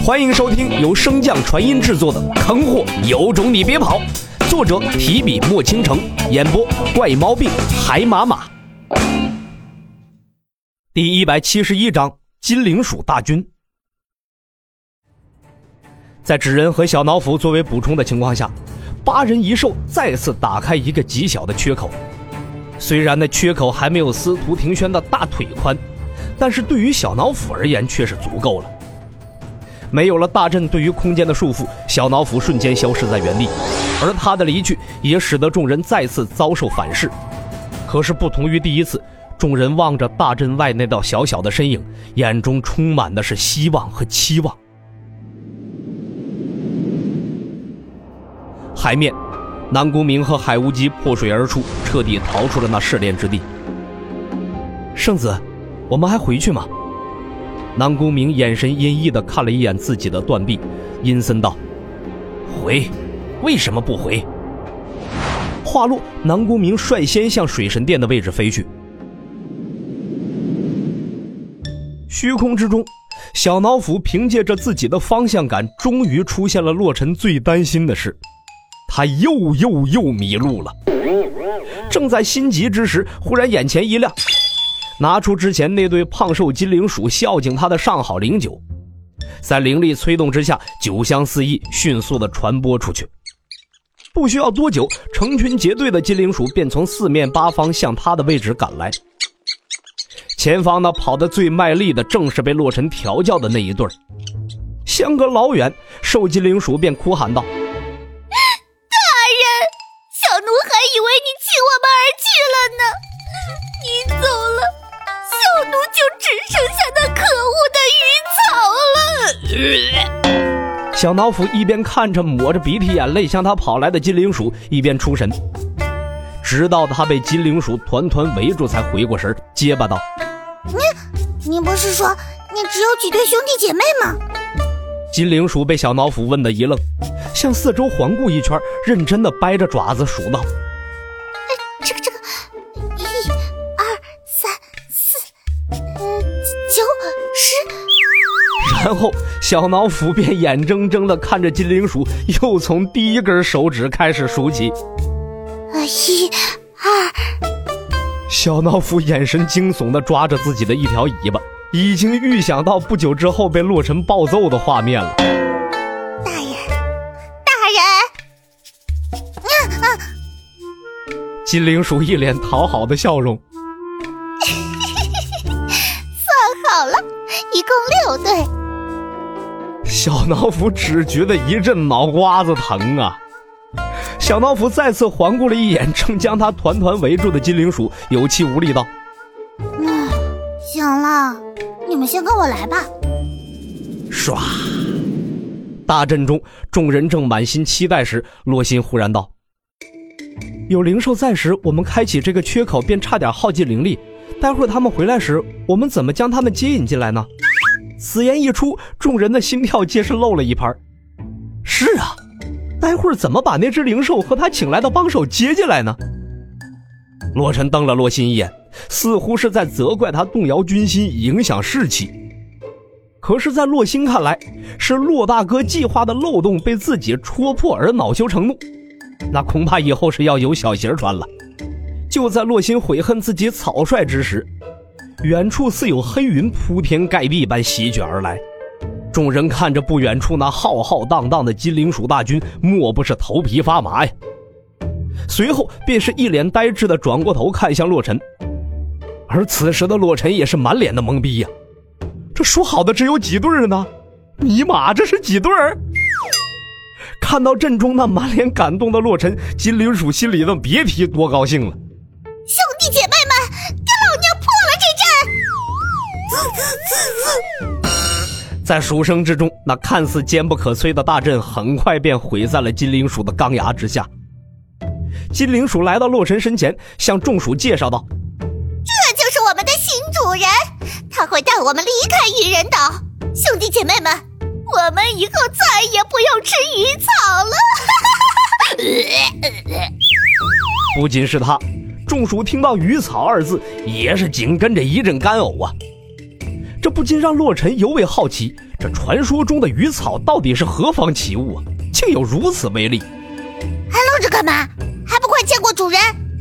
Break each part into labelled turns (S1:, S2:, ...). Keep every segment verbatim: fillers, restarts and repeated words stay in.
S1: 欢迎收听由升降传音制作的《坑货有种你别跑》，作者提笔墨倾城，演播怪毛病海马马。第一百七十一章金灵鼠大军。在纸人和小脑斧作为补充的情况下，八人一兽再次打开一个极小的缺口。虽然那缺口还没有司徒庭轩的大腿宽，但是对于小脑斧而言却是足够了。没有了大阵对于空间的束缚，小脑斧瞬间消失在原地，而他的离去也使得众人再次遭受反噬。可是不同于第一次，众人望着大阵外那道小小的身影，眼中充满的是希望和期望。海面，南宫明和海无极破水而出，彻底逃出了那试炼之地。圣子，我们还回去吗？南宫明眼神阴翳地看了一眼自己的断臂，阴森道：回？为什么不回？话落，南宫明率先向水神殿的位置飞去。虚空之中，小脑斧凭借着自己的方向感，终于出现了洛尘最担心的事，他又又又迷路了。正在心急之时，忽然眼前一亮，拿出之前那对胖瘦金灵鼠孝敬他的上好灵酒，在灵力催动之下，酒香四溢，迅速地传播出去。不需要多久，成群结队的金灵鼠便从四面八方向他的位置赶来。前方呢，跑得最卖力的正是被洛尘调教的那一对儿。相隔老远，瘦金灵鼠便哭喊道：
S2: 大人，小奴还以为你弃我们而去了呢，你走了，小奴就只剩下那可恶的鱼草了。
S1: 小脑斧一边看着抹着鼻涕眼泪向他跑来的金灵鼠，一边出神，直到他被金灵鼠团团围住才回过神，结巴道：
S2: 你你不是说你只有几对兄弟姐妹吗？
S1: 金灵鼠被小脑斧问得一愣，向四周环顾一圈，认真地掰着爪子数道：
S2: 这个这个一二三四呃九十。
S1: 然后小脑斧便眼睁睁地看着金灵鼠又从第一根手指开始数起。
S2: 一二。
S1: 小脑斧眼神惊悚地抓着自己的一条尾巴，已经预想到不久之后被洛尘暴揍的画面了。
S2: 大人，大人！啊啊！
S1: 金灵鼠一脸讨好的笑容。
S2: 算好了，一共六对。
S1: 小脑斧只觉得一阵脑瓜子疼啊！小脑斧再次环顾了一眼正将他团团围住的金灵鼠，有气无力道：
S2: 嗯，行了，你们先跟我来吧。
S1: 唰！大阵中，众人正满心期待时，洛心忽然道：有灵兽在时，我们开启这个缺口便差点耗尽灵力，待会儿他们回来时，我们怎么将他们接引进来呢？此言一出，众人的心跳皆是漏了一拍。是啊，待会儿怎么把那只灵兽和他请来的帮手接进来呢？洛尘瞪了洛心一眼，似乎是在责怪他动摇军心，影响士气。可是在洛心看来，是洛大哥计划的漏洞被自己戳破而恼羞成怒，那恐怕以后是要有小鞋穿了。就在洛心悔恨自己草率之时，远处似有黑云铺天盖地般席卷而来。众人看着不远处那浩浩荡荡的金灵鼠大军，莫不是头皮发麻呀。随后便是一脸呆滞地转过头看向洛尘，而此时的洛尘也是满脸的懵逼呀。这说好的只有几对呢？尼玛，这是几对儿？看到阵中那满脸感动的洛尘，金灵鼠心里头别提多高兴了。
S2: 兄弟姐妹们，给老娘破了这阵！滋滋滋滋！
S1: 在鼠声之中，那看似坚不可摧的大阵很快便毁在了金灵鼠的钢牙之下。金灵鼠来到洛尘身前，向众鼠介绍道：
S2: 这就是我们的新主人，他会带我们离开鱼人岛。兄弟姐妹们，我们以后再也不用吃鱼草了。
S1: 不仅是他，众鼠听到鱼草二字也是紧跟着一阵干呕啊。这这不禁让洛尘尤为好奇，这传说中的鱼草到底是何方奇物啊，竟有如此威力。
S2: 还愣着干嘛？还不快见过主人！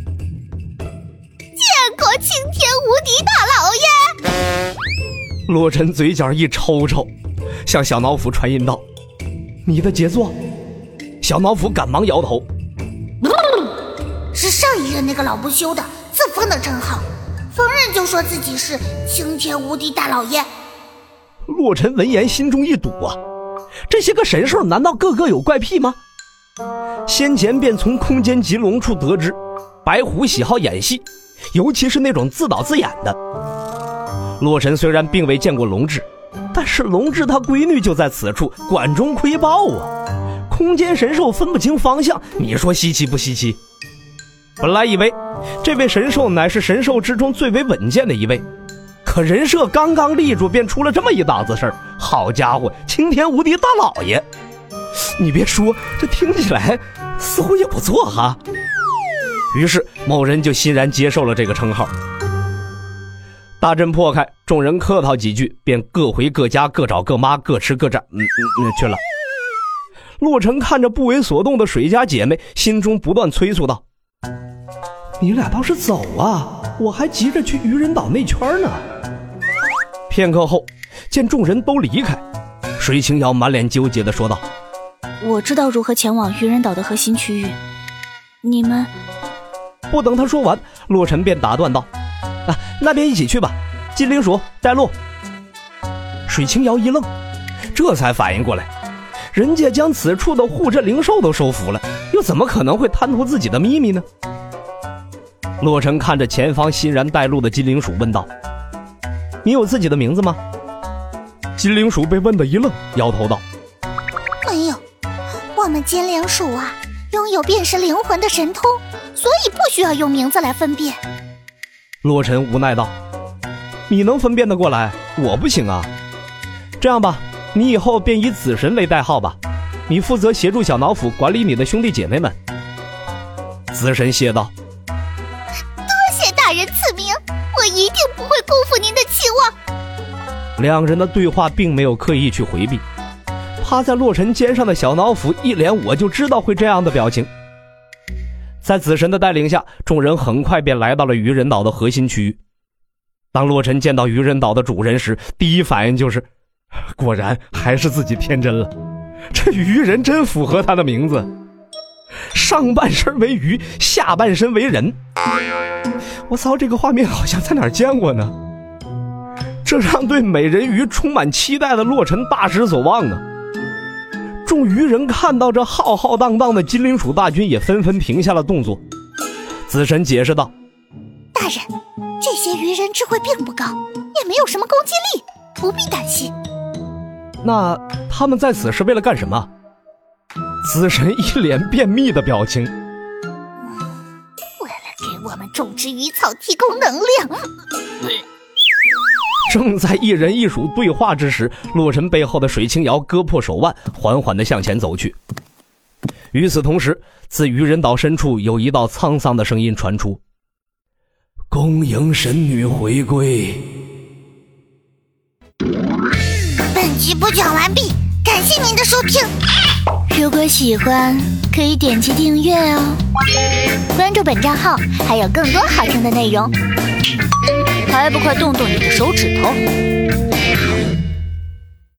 S2: 见过青天无敌大老爷！
S1: 洛尘嘴角一抽抽，向小脑斧传音道：你的杰作。小脑斧赶忙摇头，
S2: 是上一任那个老不休的自封的称号，逢人就说自己是青天无敌大老爷。
S1: 洛尘闻言心中一堵啊，这些个神兽难道个个有怪癖吗？先前便从空间极龙处得知，白虎喜好演戏，尤其是那种自导自演的。洛尘虽然并未见过龙志，但是龙志他闺女就在此处，管中窥豹啊，空间神兽分不清方向，你说稀奇不稀奇？本来以为这位神兽乃是神兽之中最为稳健的一位，可人设刚刚立住便出了这么一档子事儿，好家伙，青天无敌大老爷！你别说，这听起来似乎也不错哈。于是某人就欣然接受了这个称号。大阵破开，众人客套几句，便各回各家，各找各妈，各吃各占，嗯嗯去了。洛尘看着不为所动的水家姐妹，心中不断催促道：你俩倒是走啊，我还急着去渔人岛那圈呢。片刻后，见众人都离开，水清瑶满脸纠结地说道：
S3: 我知道如何前往渔人岛的核心区域，你们……
S1: 不等他说完，洛尘便打断道：啊，那边一起去吧，金灵鼠带路。水清瑶一愣，这才反应过来，人家将此处的护镇灵兽都收服了，又怎么可能会贪图自己的秘密呢？洛尘看着前方欣然带路的金灵鼠问道：你有自己的名字吗？金灵鼠被问得一愣，摇头道：
S2: 没有，我们金灵鼠啊，拥有辨识灵魂的神通，所以不需要用名字来分辨。
S1: 洛尘无奈道：你能分辨得过来，我不行啊。这样吧，你以后便以子神为代号吧，你负责协助小脑斧管理你的兄弟姐妹们。子神谢道：
S2: 多谢大人赐名，我一定不会辜负您的期望。
S1: 两人的对话并没有刻意去回避，趴在洛尘肩上的小脑斧一脸我就知道会这样的表情。在子神的带领下，众人很快便来到了渔人岛的核心区域。当洛尘见到渔人岛的主人时，第一反应就是果然还是自己天真了，这渔人真符合他的名字，上半身为鱼，下半身为人。我操，这个画面好像在哪儿见过呢？这让对美人鱼充满期待的洛尘大失所望啊！众渔人看到这浩浩荡荡的金灵鼠大军，也纷纷停下了动作。子神解释道：
S2: 大人，这些渔人智慧并不高，也没有什么攻击力，不必担心。
S1: 那他们在此是为了干什么？子神一脸便秘的表情。
S2: 为了给我们种植鱼草提供能量。
S1: 正在一人一鼠对话之时，洛尘背后的水清瑶割破手腕，缓缓地向前走去。与此同时，自渔人岛深处有一道沧桑的声音传出：恭迎神女回归。
S2: 本集播讲完毕，感谢您的收听。
S3: 如果喜欢，可以点击订阅哦，
S2: 关注本账号，还有更多好听的内容。
S3: 还不快动动你的手指头！